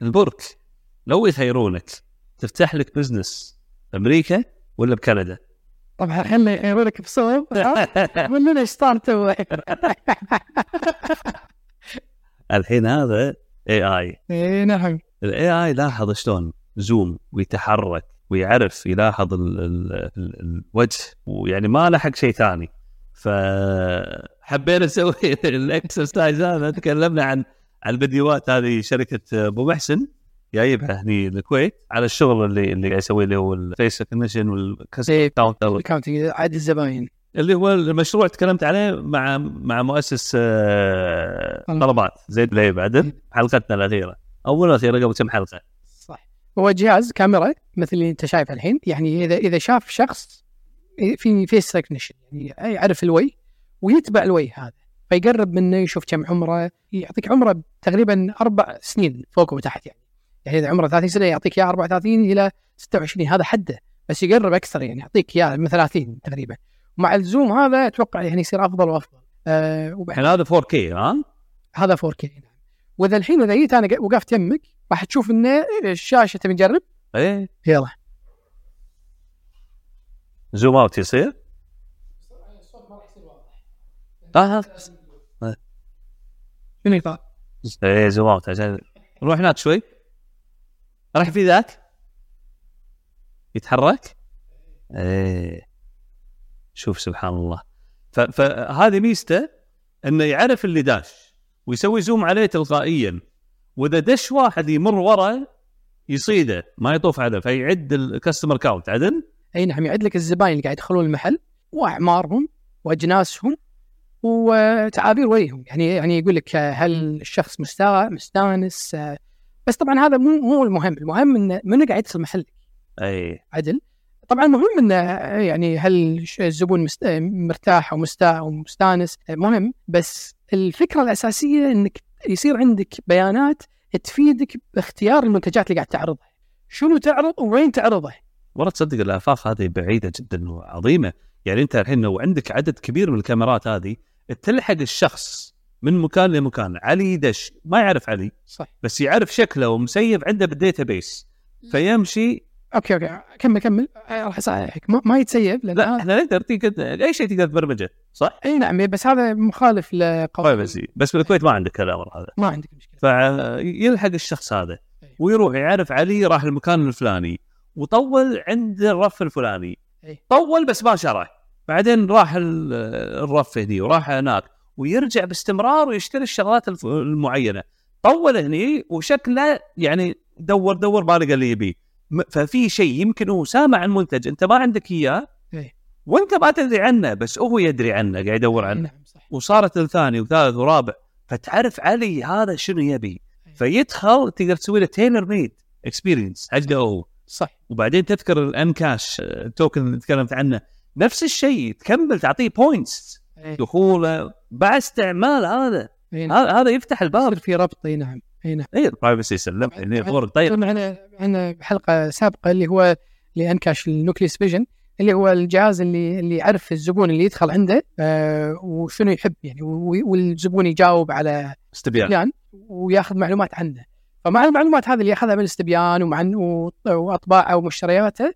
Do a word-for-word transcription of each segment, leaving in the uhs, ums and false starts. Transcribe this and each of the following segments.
البرك لو يخيرونك تفتح لك بزنس أمريكا ولا بكندا؟ طبعا خلي يخيرونك بصوب مننا اشتارتوا. الحين هذا إيه آي. اي نعم. ال إيه آي لاحظ شلون زوم ويتحرك ويعرف يلاحظ ال ال ال الوجه ويعني ما لحق شيء ثاني. فحبينا نسوي الاكسرسايز هذا. تكلمنا عن عن الفيديوهات هذه شركة أبو محسن جايبها هني الكويت على الشغل اللي اللي قاعد يسوي اللي هو الفيس ريكوجنيشن والكاستمر كاونتنج عدد الزباين اللي هو المشروع تكلمت عليه مع مع مؤسس طلبات زيد لي بعد حلقتنا الأخيرة أول أخيرة قبل كم حلقة. صح. هو جهاز كاميرا مثل اللي أنت شايف الحين. يعني إذا إذا شاف شخص في فيس ريكوجنيشن يعني يعرف الوجه ويتبع الوجه هذا فيقرب منه يشوف كم عمره. يعطيك عمره تقريبا أربع سنين فوق وتحت. يعني يعني إذا عمره ثلاثين سنة يعطيك إياه أربعة وثلاثين إلى ستة وعشرين هذا حده. بس يقرب أكثر يعني يعطيك إياه من ثلاثين تقريبا. مع الزوم هذا أتوقع يعني يصير أفضل وأفضل. أه هذا فور كي ها؟ هذا فور كي نعم. وإذا الحين إذا جيت أنا وقفت يمك راح تشوف إن الشاشة تبي نجرب. إيه يلا زوم أوت يصير. الصوت ما راح يصير واضح. آه شنو يطلع؟ إيه زوم أوت عشان نروح هناك شوي. راح في ذاك يتحرك. إيه شوف سبحان الله. فهذه ميزته إنه يعرف اللي داش ويسوي زوم عليه تلقائيا. وإذا دش واحد يمر ورا يصيده ما يطوف عليه فيعد الكاستمر كاونت عدل. أي نعم يعد لك الزبائن اللي قاعد يدخلون المحل وأعمارهم وأجناسهم وتعابير وجههم. يعني يعني يقول لك هل الشخص مستانس. بس طبعا هذا مو مو المهم. المهم إنه من قاعد يدخل محلك. أي عدل. طبعا مهم إنه يعني هل الزبون مست... مرتاح ومستاء ومستانس مهم. بس الفكرة الأساسية إنك يصير عندك بيانات تفيدك باختيار المنتجات اللي قاعد تعرضها. شنو تعرض وين تعرضه. ورا تصدق الآفاق هذه بعيدة جدا وعظيمة. يعني أنت الحين لو عندك عدد كبير من الكاميرات هذه تلحق الشخص من مكان لمكان. علي دش ما يعرف علي صح بس يعرف شكله ومسيب عنده بالديتابيس فيمشي. اوكي اوكي كمل كمل راح اصححك. ما, ما يتسيب لان لا احنا نقدر اي شيء تقدر تبرمجه صح. اي نعم بس هذا مخالف لقواعد. بس بس بالكويت ما عندك الامر هذا. ما عندك مشكله. فيلحق الشخص هذا ويروح يعرف علي راح المكان الفلاني وطول عند الرف الفلاني. طول بس ما شرح. بعدين راح الرف هني وراح هناك ويرجع باستمرار ويشتري الشغلات المعينه. طول هني وشكله يعني دور دور ما لقى اللي يبيه. ففي شيء يمكن هو سامع المنتج انت ما عندك اياه وانت ما تدري عنه بس هو يدري عنه قاعد يدور عنه. وصارت الثاني وثالث ورابع فتعرف علي هذا شنو يبي فيدخل تقدر تسوي له تيلر ميد اكسبيرينس حقه هو صح. وبعدين تذكر الانكاش التوكن اللي تكلمت عنه نفس الشيء تكمل تعطيه بوينتس دخوله بعد استعمال. هذا هذا يفتح الباب في ربط. اي نعم اي نعم اي البرايفسي سلم هنا فور طيب. معنا معنا بحلقه سابقه اللي هو اللي انكاش النوكليس فيجن اللي هو الجهاز اللي اللي يعرف الزبون اللي يدخل عنده آه وشنو يحب يعني والزبون يجاوب على استبيان وياخذ معلومات عنه. فمع المعلومات هذه اللي ياخذها من الاستبيان ومع واطباعه ومشترياته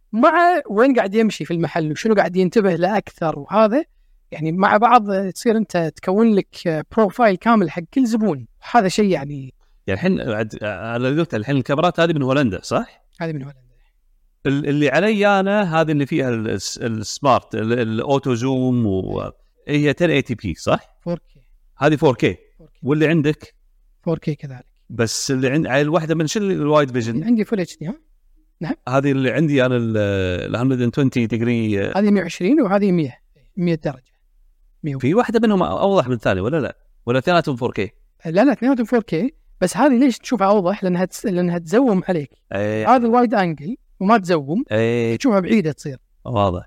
مع وين قاعد يمشي في المحل وشنو قاعد ينتبه له اكثر وهذا يعني مع بعض تصير انت تكون لك بروفايل كامل حق كل زبون. هذا شيء يعني يعني الحين على قلت الحين الكاميرات هذه من هولندا صح؟ هذه من هولندا. اللي علي انا هذه اللي فيها السمارت الاوتو زوم وهي عشرة إيه تي بي صح؟ فور كي. هذه فور كي. واللي عندك فور كي كذلك. بس اللي عند الواحدة من شل الوايد فيجن عندي فول اتش دي. ها نعم هذه اللي عندي انا ال مية وعشرين ديجري. هذه مية وعشرين وهذه مية مية درجة. مية. في واحدة منهم اوضح من الثانية ولا لا ولا اثنيناتهم فور كي؟ لا لا اثنيناتهم فور كي بس هذه ليش تشوفها اوضح لانها تس... لانها تزوم عليك. أيه. هذا وايد انجل وما تزوم. أيه. تشوفها بعيدة تصير واضح.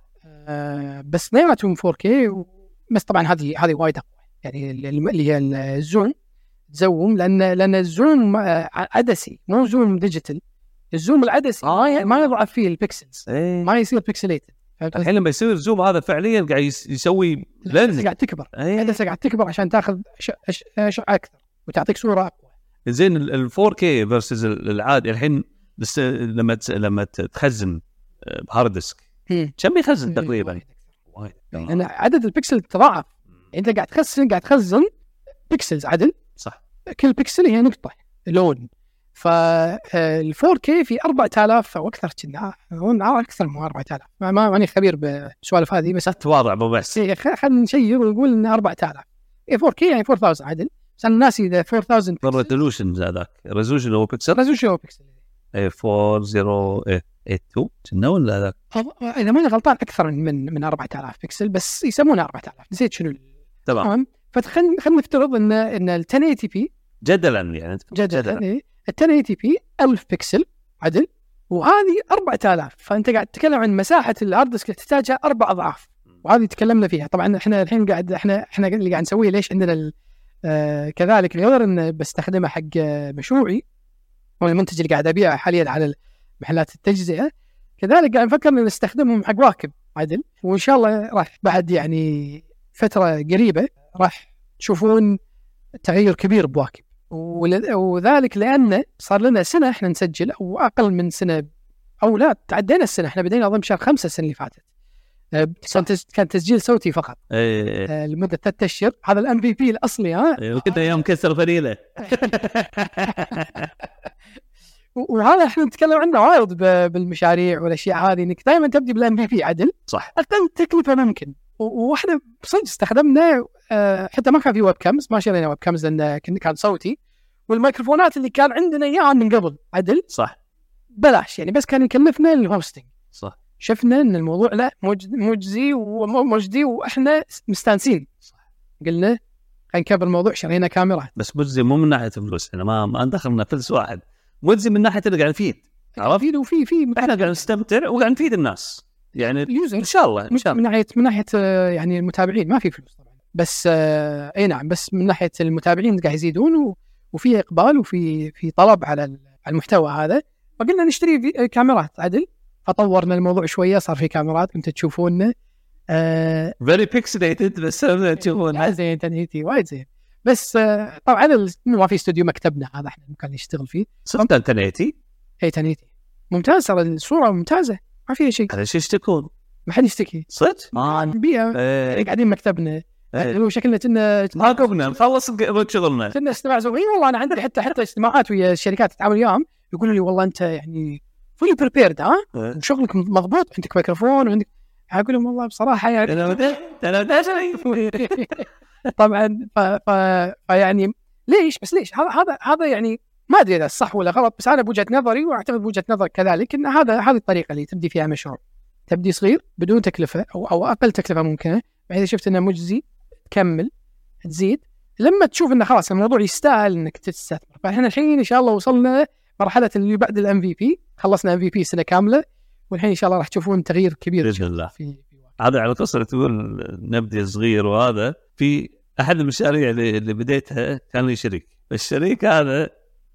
آه بس اثنيناتهم فور كي و... بس طبعا هذه هذه وايد اقوى يعني اللي هي الزوم تزوم لان لان الزوم عدسي مو زوم ديجيتال. الزوم العدسي آه. ما يضعف فيه البكسلز. أيه. ما يصير بيكسليتد. الحين لما يصير زوم هذا فعليا قاعد يسوي لينز قاعد تكبر. أيه. العدسه قاعد تكبر عشان تاخذ اشعه اكثر وتعطيك صوره اقوى. زين ال فور كي versus العادي الحين بس لما لما تخزن بهارد ديسك كم يخزن تقريبا؟ أنا عدد البكسل تضاعف. أنت قاعد تخزن قاعد تخزن بكسلز عدل صح. كل بكسل هي نقطة لون. فال فور كي في أربعة آلاف أو أكثر كنا هون أكثر من أربعة آلاف. ما ماني خبير بالسوالف هذه بس تواضع بس خلينا نشير ونقول إن أربعة آلاف. إيه فور كي يعني أربعة آلاف عدل. بس الناس إذا أربعة آلاف الريزولوشن هذاك الريزولوشن هو بكسل ريزولوشن هو بكسل إيه أربعة صفر ثمانية اثنين كنا ولا هذاك إذا ماني غلطان أكثر من من أربعة آلاف بكسل بس يسمونه أربعة آلاف نسيت شنو. تمام. فخلنا خلينا نفترض إن إن ال عشرة ثمانين بي جدلا يعني جدلا ال عشرة ثمانين بي ألف بكسل عدل وهذه أربعة آلاف. فأنت قاعد تتكلم عن مساحة الهارد ديسك تحتاجها أربع أضعاف وهذه تكلمنا فيها. طبعا إحنا الحين قاعد إحنا إحنا اللي قاعد نسويه ليش عندنا آه كذلك غير إن بستخدمه حق مشروعي والمنتج اللي قاعد أبيعه حاليا على محلات التجزئة كذلك قاعد نفكر إن نستخدمهم حق واكب عدل. وإن شاء الله راح بعد يعني فترة قريبة راح تشوفون تغير كبير بواكب وذلك لأن صار لنا سنة إحنا نسجل أو أقل من سنة أو لا تعدينا السنة. إحنا بدينا أظن شهر خمسة السنة اللي فاتت كان تسجيل صوتي فقط أيه. لمدة ثلاثة أشهر. هذا الام في بي الأصلي ها أيه. وكنت يوم كسر فريلة وهذا احنا نتكلم عنه وايد بالمشاريع والاشياء هذه انك دائما تبدي بالام في بي عدل صح اقل تكلفه ممكن. واحنا بصدق استخدمنا حتى ما كان في ويب كامز ما شرينا ويب كامز لان كان صوتي والميكروفونات اللي كان عندنا اياها من قبل عدل صح بلاش يعني بس كان يكلفنا الهوستنج. صح. شفنا ان الموضوع لا مجزي ومجدي واحنا مستانسين صح. قلنا خلينا نكبر الموضوع شرينا كاميرات بس مجزي مو من ناحيه فلوس احنا ما ما دخلنا فلوس واحد مجزي من ناحيه اللي قاعد نفيد عرفت وفي في احنا قاعد نستمتع وقاعد نفيد الناس يعني اليوزر ان شاء الله ان شاء الله من ناحيه من ناحيه يعني المتابعين ما في فلوس طبعا بس اي نعم بس من ناحيه المتابعين قاعد يزيدون وفي اقبال وفي في طلب على المحتوى هذا فقلنا نشتري كاميرات عدل. فطورنا الموضوع شويه صار في كاميرات انتم تشوفونه فيري بيكسليتد بس تشوفون زين تنهيتي وايد زين بس طبعا ما في استوديو مكتبنا هذا احنا ممكن نشتغل فيه صرت تنهيتي اي تنهيتي ممتاز صار الصوره ممتازه ما فيها شيء. هذا شيء يشتكون ما حد يشتكي صدق ما نبيها ايه. قاعدين مكتبنا ايه. لو شكلنا كنا ما قبنا نخلص شغلنا كنا استماع زوجي والله انا عندي حتى حتى اجتماعات ويا الشركات تتعامل وياهم يقولوا لي والله انت يعني فولي بريبيرد ها ايه. شغلك مضبوط عندك ميكروفون وعندك اقول لهم والله بصراحه يعني انا بدأت انا بدأت طبعا ف... ف... فيعني ليش بس ليش هذا هذا هذا يعني ما ادري اذا صح ولا غلط بس انا بوجهه نظري واعتقد بوجهه نظر كذلك ان هذا هذه الطريقه اللي تبدي فيها مشروع تبدي صغير بدون تكلفه او او اقل تكلفه ممكنه بعد شفت انه مجزي تكمل تزيد لما تشوف انه خلاص الموضوع يستاهل انك تستثمر. فاحنا الحين ان شاء الله وصلنا مرحله اللي بعد الام في بي خلصنا ام في بي سنه كامله والحين ان شاء الله راح تشوفون تغيير كبير باذن الله. في هذا على قصة تقول نبدي صغير وهذا في أحد المشاريع اللي, اللي بديتها كان لي شريك الشريك هذا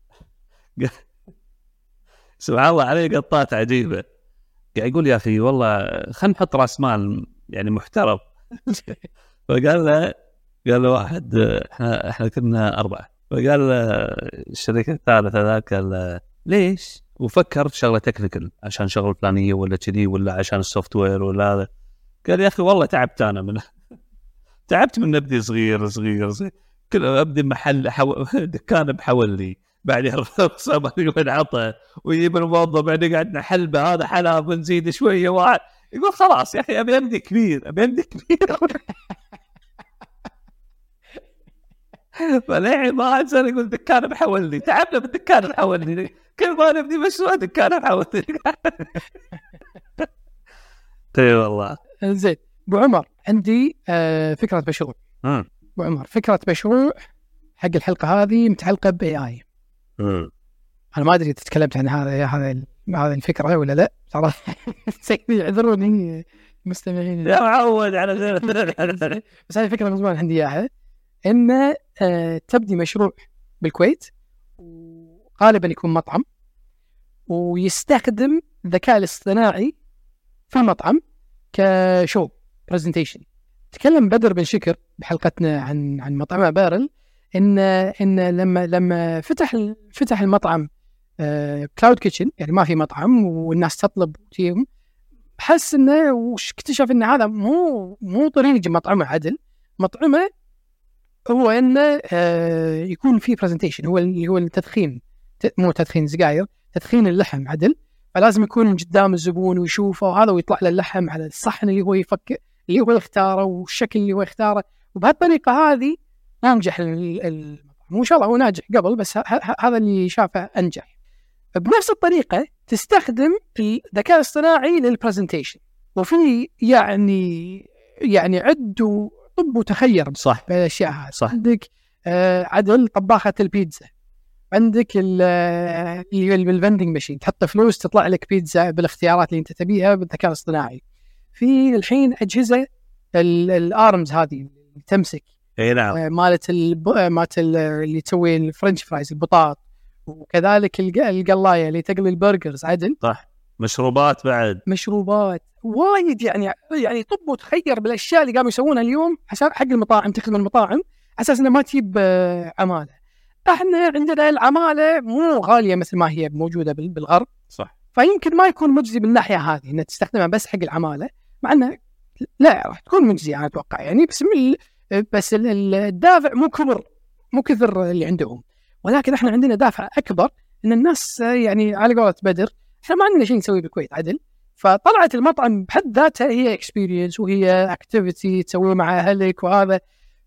سبحان الله عليه قطات عجيبة قاعد يقول يا أخي والله خلنا نحط رأس مال يعني محترم فقال له قال له واحد احنا احنا كنا أربعة فقال له الشريك الثالث هذاك قال له ليش وفكر في شغلة تكنيكال عشان شغل فلانية ولا كذي ولا عشان السوفت وير ولا هذا قال يا أخي والله تعبت أنا من تعبت من نبدي صغير صغير صغير كل أبدي محل حو... دكان بحولي بعدين رصبني ونعطى ويجيب الموظف بعدين قاعد نحلبه هذا حلا بنزيد شوية واحد يقول خلاص يا أخي أبي أبدي كبير أبي أبدي كبير فليه ما أنسان يقول دكان بحولي تعبنا بالدكان بحولي كل ما نبدي مشروع دكان بحولي طيب والله زين. ابو عمر عندي آه فكره مشروع. امم ابو عمر فكره مشروع حق الحلقه هذه متعلقه باي اي. امم انا ما ادري تتكلمت عن هذا هذا هذه الفكره ولا لا صراحه سيدي اعذروني مستمعين يا معود على بس هذه فكره من زمان عندي اياها ان آه تبدي مشروع بالكويت وغالبا يكون مطعم ويستخدم الذكاء الاصطناعي في المطعم كشو برزنتيشن. تكلم بدر بن شكر بحلقتنا عن عن مطعم بارل ان ان لما لما فتح فتح المطعم كلاود كيتشن، يعني ما في مطعم والناس تطلب تيم، حس انه واكتشف ان هذا مو مو طريق مطعمه عدل. مطعمه هو انه آه يكون في برزنتيشن، هو اللي هو التدخين، مو تدخين سجاير، تدخين اللحم عدل. فلازم يكون قدام الزبون ويشوفه وهذا، ويطلع له اللحم على الصحن اللي هو يفكر اللي هو يختاره والشكل اللي هو يختاره. وبهالطريقه هذه ننجح المطعم، وان شاء الله هو ناجح قبل، بس هذا اللي شافه انجح. بنفس الطريقه تستخدم الذكاء الاصطناعي للبرزنتيشن، وفي يعني يعني عد طب وتخير صح بالاشياء هذه. عندك آه عدل طباخه البيتزا، عندك اللي بالفندنج ماشين تحط فلوس تطلع لك بيتزا بالاختيارات اللي انت تبيها بالذكاء الاصطناعي. في الحين اجهزه الارمز هذه اللي تمسك اي نعم آه مالت مالت اللي تسوي الفرنش فرايز البطاط، وكذلك القلايه اللي تقلي البرجرز عدل. صح. مشروبات بعد مشروبات وايد، يعني يعني طب وتخير بالاشياء اللي قاموا يسوونها اليوم عشان حق المطاعم، تخدم المطاعم اساس انها ما تجيب عماله. احنا عندنا العماله مو غاليه مثل ما هي موجوده بالغرب، صح. فيمكن ما يكون مجزي بالناحيه هذه انها تستخدمها بس حق العماله، مع انه لا راح تكون مجزيه انا اتوقع يعني. بس بس الدافع مو كبر مو كثر اللي عندهم، ولكن احنا عندنا دافع اكبر ان الناس يعني على قولة بدر احنا ما عندنا شيء نسويه بالكويت عدل. فطلعت المطعم بحد ذاتها هي اكسبيرينس وهي اكتيفيتي تسويه مع اهلك وهذا.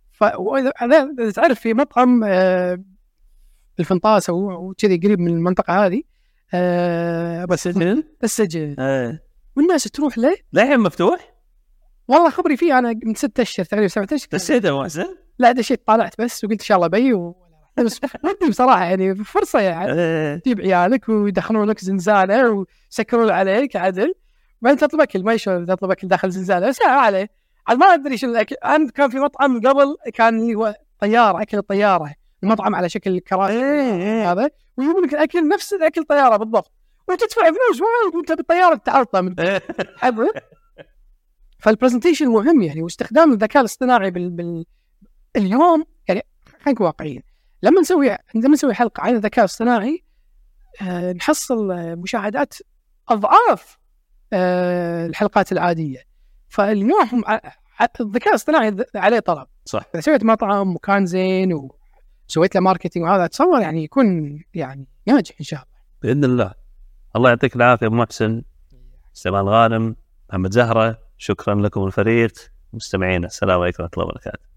فاذا تعرف في مطعم آه الفنطاس وكذي قريب من المنطقه هذه آه بس السجن السجن آه. والناس تروح له للحين مفتوح. والله خبري فيه انا من ستة اشهر تقريبا سبعة اشهر. دشيته محسن؟ لا دشيت طالعت بس وقلت ان شاء الله بي و... بس ودي بصراحه يعني فرصه يعني تجيب عيالك ويدخلون لك زنزانه ويسكرون عليك عدل، بعدين تطلب اكل ما يشون تطلب اكل داخل زنزانه ساعه عليه. عاد ما ادري شو الاكل. انا كان في مطعم قبل كان اللي هو طياره، اكل الطياره، المطعم على شكل كراسي هذا، ويجيبون لك الاكل نفس الاكل طياره بالضبط، وتدفع فلوس وايد وانت بالطياره تعرضه من حبه. فالبرزنتيشن مهم يعني، واستخدام الذكاء الاصطناعي بال... بال... اليوم يعني خلينا نكون واقعيين. لما نسوي عندما نسوي حلقه عن الذكاء الاصطناعي آه نحصل مشاهدات اضعاف آه الحلقات العاديه. فاليوم الذكاء الاصطناعي عليه طلب. صح. اذا سويت مطعم مكان زين وسويت له ماركتينج وهذا اتصور يعني يكون يعني ناجح ان شاء الله باذن الله. الله يعطيك العافيه ابو محسن. سلمان غانم، محمد زهره، شكرا لكم الفريق. مستمعينا السلام عليكم ورحمه الله وبركاته.